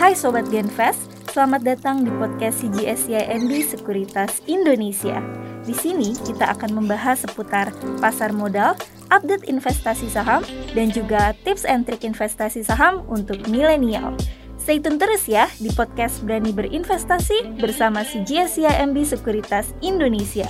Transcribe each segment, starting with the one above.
Hai Sobat Genvest, selamat datang di podcast CGSCIMB Sekuritas Indonesia. Di sini kita akan membahas seputar pasar modal, update investasi saham, dan juga tips and trik investasi saham untuk milenial. Stay tune terus ya di podcast Berani Berinvestasi bersama CGSCIMB Sekuritas Indonesia.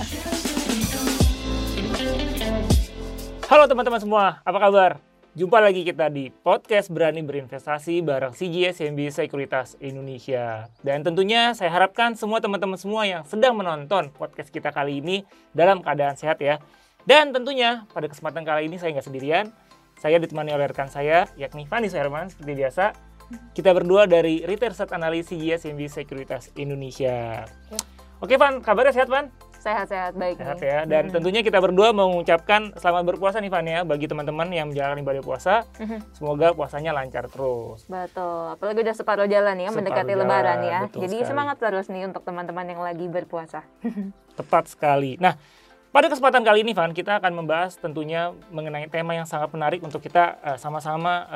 Halo teman-teman semua, apa kabar? Jumpa lagi kita di podcast Berani Berinvestasi bareng CGSCIMB Sekuritas Indonesia. Dan tentunya saya harapkan semua teman-teman semua yang sedang menonton podcast kita kali ini dalam keadaan sehat ya. Dan tentunya pada kesempatan kali ini saya nggak sendirian. Saya ditemani oleh rekan saya, yakni Fanny Suherman seperti biasa. Kita berdua dari Retail Set Analis CGSCIMB Sekuritas Indonesia. Ya. Oke Van, kabarnya sehat Van? Sehat-sehat, baik Sehat nih. ya, dan tentunya kita berdua mengucapkan selamat berpuasa nih Van ya, bagi teman-teman yang menjalankan ibadah puasa. Semoga puasanya lancar terus. Betul, apalagi udah separuh jalan ya, mendekati lebaran ya. Jadi sekali. semangat terus nih untuk teman-teman yang lagi berpuasa. Tepat sekali. Nah, pada kesempatan kali ini Van, kita akan membahas tentunya mengenai tema yang sangat menarik untuk kita sama-sama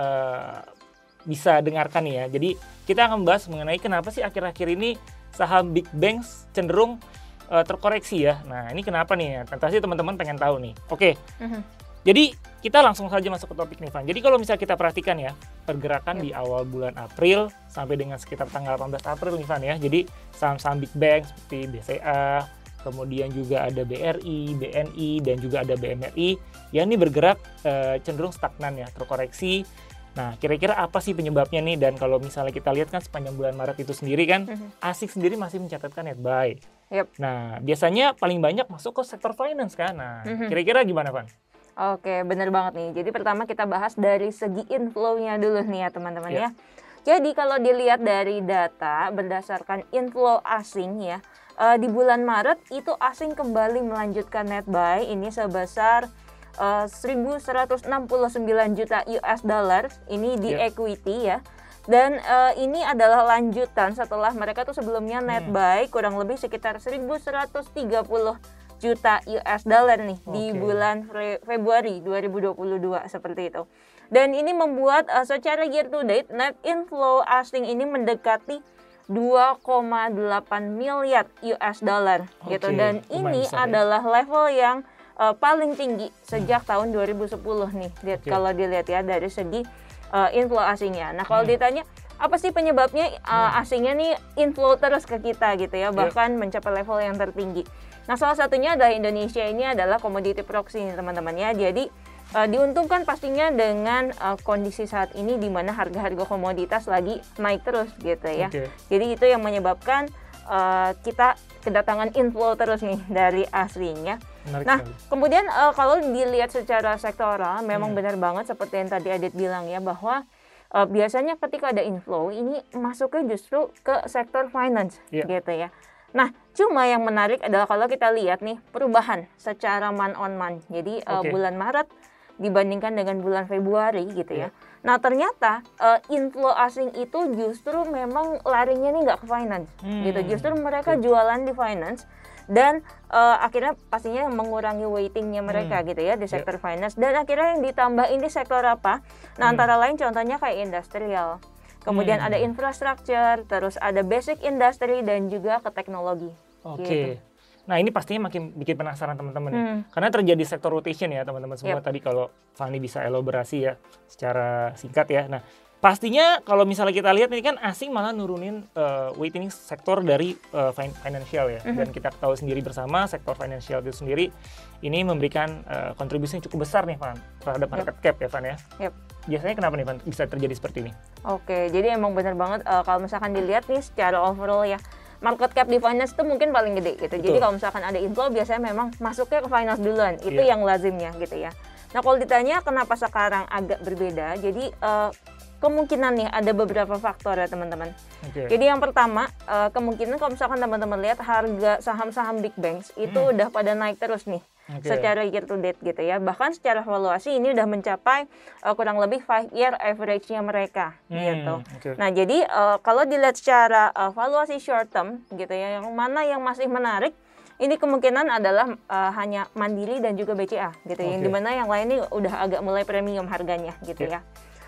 bisa dengarkan nih ya. Jadi kita akan membahas mengenai kenapa sih akhir-akhir ini saham big banks cenderung terkoreksi ya. Nah ini kenapa nih ya? Pasti teman-teman pengen tahu nih. Oke. Jadi kita langsung saja masuk ke topik nih Van. Jadi kalau misalnya kita perhatikan ya pergerakan di awal bulan April sampai dengan sekitar tanggal 18 April nih Van ya. Jadi saham-saham big bank seperti BCA, kemudian juga ada BRI, BNI dan juga ada BMRI yang ini bergerak cenderung stagnan ya, terkoreksi. Nah, kira-kira apa sih penyebabnya nih? Dan kalau misalnya kita lihat kan sepanjang bulan Maret itu sendiri kan, ASIC sendiri masih mencatatkan net buy. Nah, biasanya paling banyak masuk ke sektor finance kan. Nah, kira-kira gimana, Van? Oke, bener banget nih. Jadi pertama kita bahas dari segi inflow-nya dulu nih ya teman-teman ya. Jadi kalau dilihat dari data berdasarkan inflow asing ya, di bulan Maret itu asing kembali melanjutkan net buy ini sebesar 1.169 juta US dollar ini di equity ya. Dan ini adalah lanjutan setelah mereka tuh sebelumnya net buy kurang lebih sekitar 1.130 juta US dollar nih di bulan Februari 2022 seperti itu. Dan ini membuat secara year to date net inflow asing ini mendekati 2,8 miliar US dollar gitu. Dan ini adalah level yang paling tinggi sejak tahun 2010 nih. Kalau dilihat ya dari segi inflow asingnya. Nah kalau ditanya apa sih penyebabnya asingnya nih inflow terus ke kita gitu ya, bahkan mencapai level yang tertinggi. Nah salah satunya adalah Indonesia ini adalah commodity proxy nih teman-teman ya. Jadi diuntungkan pastinya dengan kondisi saat ini di mana harga-harga komoditas lagi naik terus gitu ya. Jadi itu yang menyebabkan kita kedatangan inflow terus nih dari asingnya. Nah, kemudian kalau dilihat secara sektoral, memang benar banget seperti yang tadi Adit bilang ya, bahwa biasanya ketika ada inflow, ini masuknya justru ke sektor finance gitu ya. Nah, cuma yang menarik adalah kalau kita lihat nih, perubahan secara month on month. Jadi bulan Maret dibandingkan dengan bulan Februari gitu ya. Nah, ternyata inflow asing itu justru memang larinya nih nggak ke finance gitu. Justru mereka jualan di finance. Dan akhirnya pastinya mengurangi weightingnya mereka gitu ya di sektor finance. Dan akhirnya yang ditambah ini sektor apa? Nah antara lain contohnya kayak industrial, kemudian ada infrastructure, terus ada basic industry dan juga ke teknologi. Gitu. Nah ini pastinya makin bikin penasaran teman-teman nih. Karena terjadi sektor rotation ya teman-teman semua. Tadi kalau Fanny bisa elaborasi ya secara singkat ya. Nah pastinya kalau misalnya kita lihat ini kan asing malah nurunin weighting sektor dari financial ya. Dan kita tahu sendiri bersama sektor financial itu sendiri ini memberikan kontribusi yang cukup besar nih Van terhadap market cap ya Van ya. Biasanya kenapa nih Van bisa terjadi seperti ini? Oke, jadi emang benar banget kalau misalkan dilihat nih secara overall ya, market cap di finance itu mungkin paling gede gitu. Jadi kalau misalkan ada inflow biasanya memang masuknya ke finance duluan. Itu yang lazimnya gitu ya. Nah kalau ditanya kenapa sekarang agak berbeda, jadi kemungkinan nih ada beberapa faktor ya teman-teman. Jadi yang pertama kemungkinan kalau misalkan teman-teman lihat harga saham-saham big banks itu udah pada naik terus nih secara year to date gitu ya. Bahkan secara valuasi ini udah mencapai kurang lebih 5-year average-nya mereka gitu. Nah jadi kalau dilihat secara valuasi short term gitu ya, yang mana yang masih menarik ini kemungkinan adalah hanya Mandiri dan juga BCA gitu. Yang dimana yang lain ini udah agak mulai premium harganya gitu ya.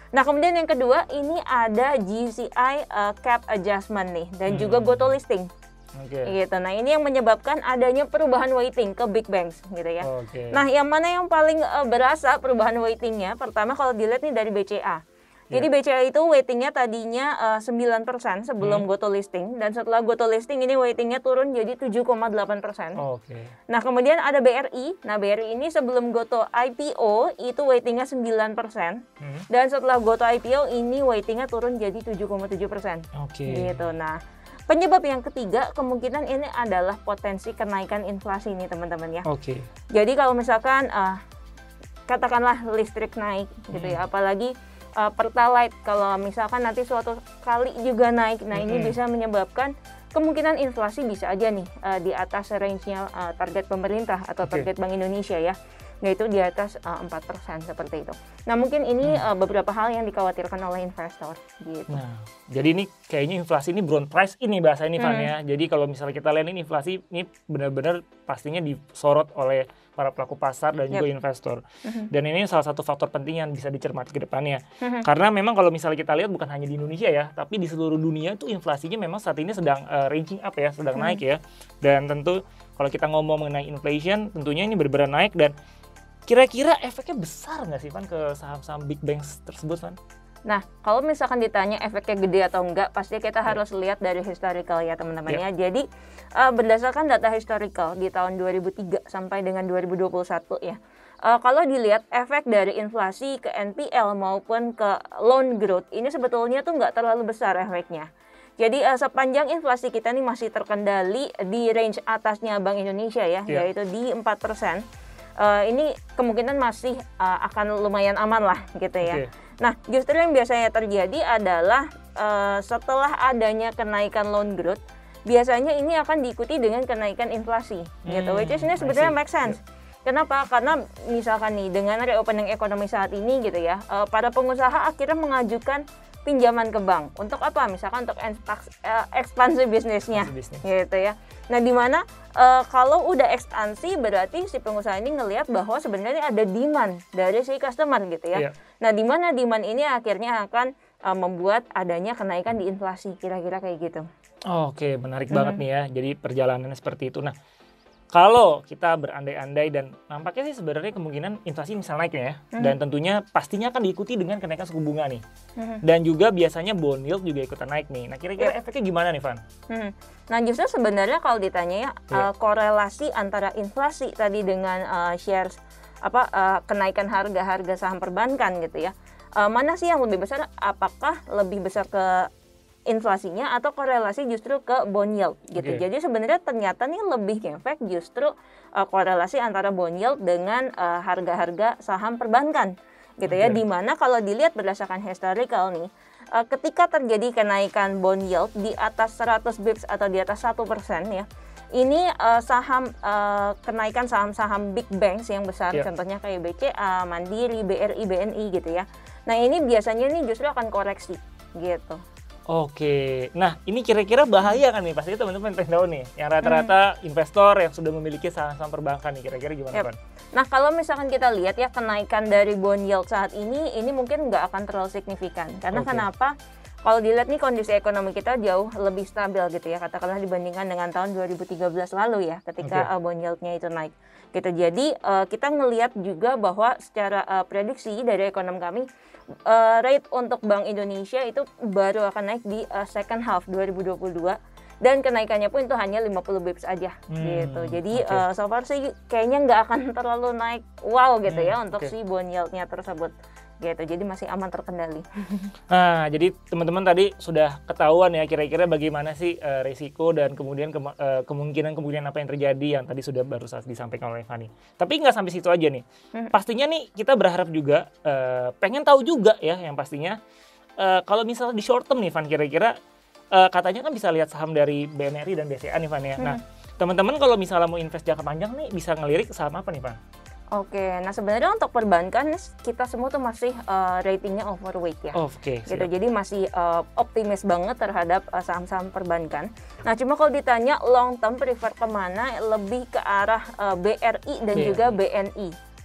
Nah, kemudian yang kedua ini ada GCI cap adjustment nih dan juga GoTo listing. Gitu. Nah, ini yang menyebabkan adanya perubahan weighting ke big banks gitu ya. Nah, yang mana yang paling berasa perubahan weightingnya? Pertama kalau dilihat nih dari BCA. Jadi BCA itu weightingnya tadinya 9% sebelum GoTo listing, dan setelah GoTo listing ini weightingnya turun jadi 7,8%. Nah, kemudian ada BRI. Nah, BRI ini sebelum GoTo IPO itu weightingnya 9%, dan setelah GoTo IPO ini weightingnya turun jadi 7,7%. Gitu. Nah, penyebab yang ketiga kemungkinan ini adalah potensi kenaikan inflasi nih teman-teman ya. Jadi kalau misalkan katakanlah listrik naik gitu ya, apalagi Pertalite kalau misalkan nanti suatu kali juga naik, nah ini bisa menyebabkan kemungkinan inflasi bisa aja nih di atas range-nya target pemerintah atau target Bank Indonesia ya, yaitu di atas 4% seperti itu. Nah, mungkin ini beberapa hal yang dikhawatirkan oleh investor gitu. Nah, jadi ini kayaknya inflasi ini brown price ini bahasa ini Van ya. Jadi kalau misalnya kita lihat ini inflasi ini benar-benar pastinya disorot oleh para pelaku pasar dan juga investor. Dan ini salah satu faktor penting yang bisa dicermati ke depannya. Karena memang kalau misalnya kita lihat bukan hanya di Indonesia ya, tapi di seluruh dunia tuh inflasinya memang saat ini sedang ranging up ya, sedang naik ya. Dan tentu kalau kita ngomong mengenai inflation, tentunya ini benar-benar naik. Dan kira-kira efeknya besar nggak sih Van ke saham-saham big banks tersebut Van? Nah, kalau misalkan ditanya efeknya gede atau enggak, pasti kita harus lihat dari historical ya teman-teman ya. Jadi berdasarkan data historical di tahun 2003 sampai dengan 2021 ya, kalau dilihat efek dari inflasi ke NPL maupun ke loan growth ini sebetulnya tuh nggak terlalu besar efeknya. Jadi sepanjang inflasi kita nih masih terkendali di range atasnya Bank Indonesia ya, yaitu di 4%. Ini kemungkinan masih akan lumayan aman lah gitu ya. Nah, justru yang biasanya terjadi adalah setelah adanya kenaikan loan growth, biasanya ini akan diikuti dengan kenaikan inflasi gitu. Which is ini sebenarnya make sense. Kenapa? Karena misalkan nih dengan reopening ekonomi saat ini gitu ya, para pengusaha akhirnya mengajukan pinjaman ke bank. Untuk apa? Misalkan untuk ekspansi bisnisnya gitu ya. Nah, di mana kalau udah ekspansi berarti si pengusaha ini ngelihat bahwa sebenarnya ada demand dari si customer gitu ya. Nah, di mana demand ini akhirnya akan membuat adanya kenaikan di inflasi, kira-kira kayak gitu. Menarik banget nih ya. Jadi perjalanannya seperti itu. Nah, kalau kita berandai-andai dan nampaknya sih sebenarnya kemungkinan inflasi misal naik ya, dan tentunya pastinya akan diikuti dengan kenaikan suku bunga nih, dan juga biasanya bond yield juga ikutan naik nih. Nah, kira-kira efeknya gimana nih Van? Nah, justru sebenarnya kalau ditanya ya korelasi antara inflasi tadi dengan shares kenaikan harga-harga saham perbankan gitu ya, mana sih yang lebih besar? Apakah lebih besar ke inflasinya atau korelasi justru ke bond yield gitu. Jadi sebenarnya ternyata nih lebih ngefek justru korelasi antara bond yield dengan harga-harga saham perbankan gitu ya. Dimana kalau dilihat berdasarkan historical nih, ketika terjadi kenaikan bond yield di atas 100 bips atau di atas 1% ya, ini kenaikan saham-saham big banks yang besar, contohnya kayak BCA, Mandiri, BRI, BNI gitu ya. Nah, ini biasanya nih justru akan koreksi gitu. Nah ini kira-kira bahaya kan nih, pasti teman-teman pengen tahu nih, yang rata-rata investor yang sudah memiliki saham-saham perbankan nih, kira-kira gimana Pan? Nah, kalau misalkan kita lihat ya kenaikan dari bond yield saat ini mungkin nggak akan terlalu signifikan, karena kenapa? Kalau dilihat nih kondisi ekonomi kita jauh lebih stabil gitu ya, katakanlah dibandingkan dengan tahun 2013 lalu ya, ketika bond yield-nya itu naik gitu. Jadi kita ngelihat juga bahwa secara prediksi dari ekonom kami, rate untuk Bank Indonesia itu baru akan naik di second half 2022, dan kenaikannya pun itu hanya 50 bips aja gitu. Jadi so far sih kayaknya nggak akan terlalu naik wow gitu ya untuk si bond yield-nya tersebut gitu. Jadi masih aman terkendali. Nah, jadi teman-teman tadi sudah ketahuan ya kira-kira bagaimana sih risiko dan kemudian kemungkinan apa yang terjadi yang tadi sudah baru saja disampaikan oleh Fani. Tapi nggak sampai situ aja nih. Pastinya nih kita berharap juga pengen tahu juga ya yang pastinya kalau misalnya di short term nih Van, kira-kira katanya kan bisa lihat saham dari BNRI dan BCA nih Van ya. Nah, teman-teman kalau misalnya mau invest jangka panjang nih bisa ngelirik saham apa nih Van? Nah sebenarnya untuk perbankan kita semua tuh masih ratingnya overweight ya. Gitu. Jadi masih optimis banget terhadap saham-saham perbankan. Nah cuma kalau ditanya long term prefer kemana, lebih ke arah BRI dan juga BNI.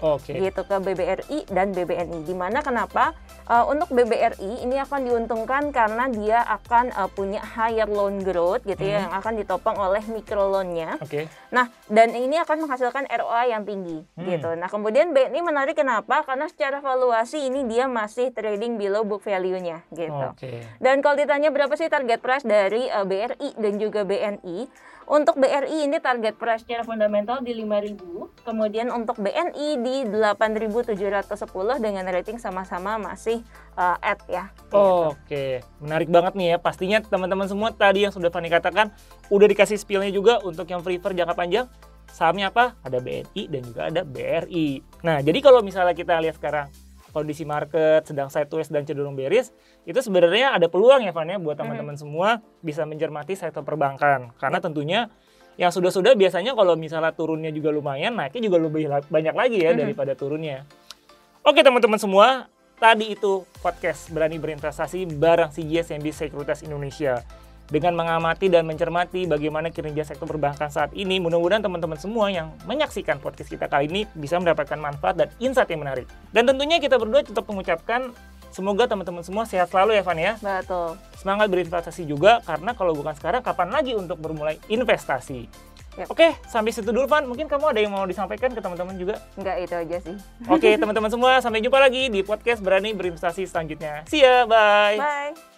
Oke. gitu ke BBRI dan BBNI. Dimana kenapa? Untuk BBRI ini akan diuntungkan karena dia akan punya higher loan growth gitu ya, yang akan ditopang oleh microloan-nya. Oke. Nah, dan ini akan menghasilkan ROI yang tinggi gitu. Nah, kemudian BNI menarik kenapa? Karena secara valuasi ini dia masih trading below book value-nya gitu. Oke. Dan kalau ditanya berapa sih target price dari BRI dan juga BNI? Untuk BRI ini target price secara fundamental di 5.000, kemudian untuk BNI di 8.710 dengan rating sama-sama masih at ya. Oke, menarik banget nih ya. Pastinya teman-teman semua tadi yang sudah Fani katakan udah dikasih spill-nya juga untuk yang prefer jangka panjang. Sahamnya apa? Ada BNI dan juga ada BRI. Nah, jadi kalau misalnya kita lihat sekarang kondisi market sedang sideways dan cenderung bearish, itu sebenarnya ada peluang ya Van ya buat teman-teman semua bisa mencermati sektor perbankan. Karena tentunya yang sudah-sudah biasanya kalau misalnya turunnya juga lumayan, naiknya juga lebih banyak lagi ya daripada turunnya. Oke teman-teman semua, tadi itu podcast Berani Berinvestasi bareng CGS CIMB Sekuritas Indonesia. Dengan mengamati dan mencermati bagaimana kinerja sektor perbankan saat ini, mudah-mudahan teman-teman semua yang menyaksikan podcast kita kali ini bisa mendapatkan manfaat dan insight yang menarik. Dan tentunya kita berdua tetap mengucapkan semoga teman-teman semua sehat selalu ya Van ya. Betul. Semangat berinvestasi juga, karena kalau bukan sekarang kapan lagi untuk bermulai investasi. Yep. Oke, sampai situ dulu Van. Mungkin kamu ada yang mau disampaikan ke teman-teman juga? Enggak, itu aja sih. Oke teman-teman semua, sampai jumpa lagi di podcast Berani Berinvestasi selanjutnya. See ya, bye! Bye!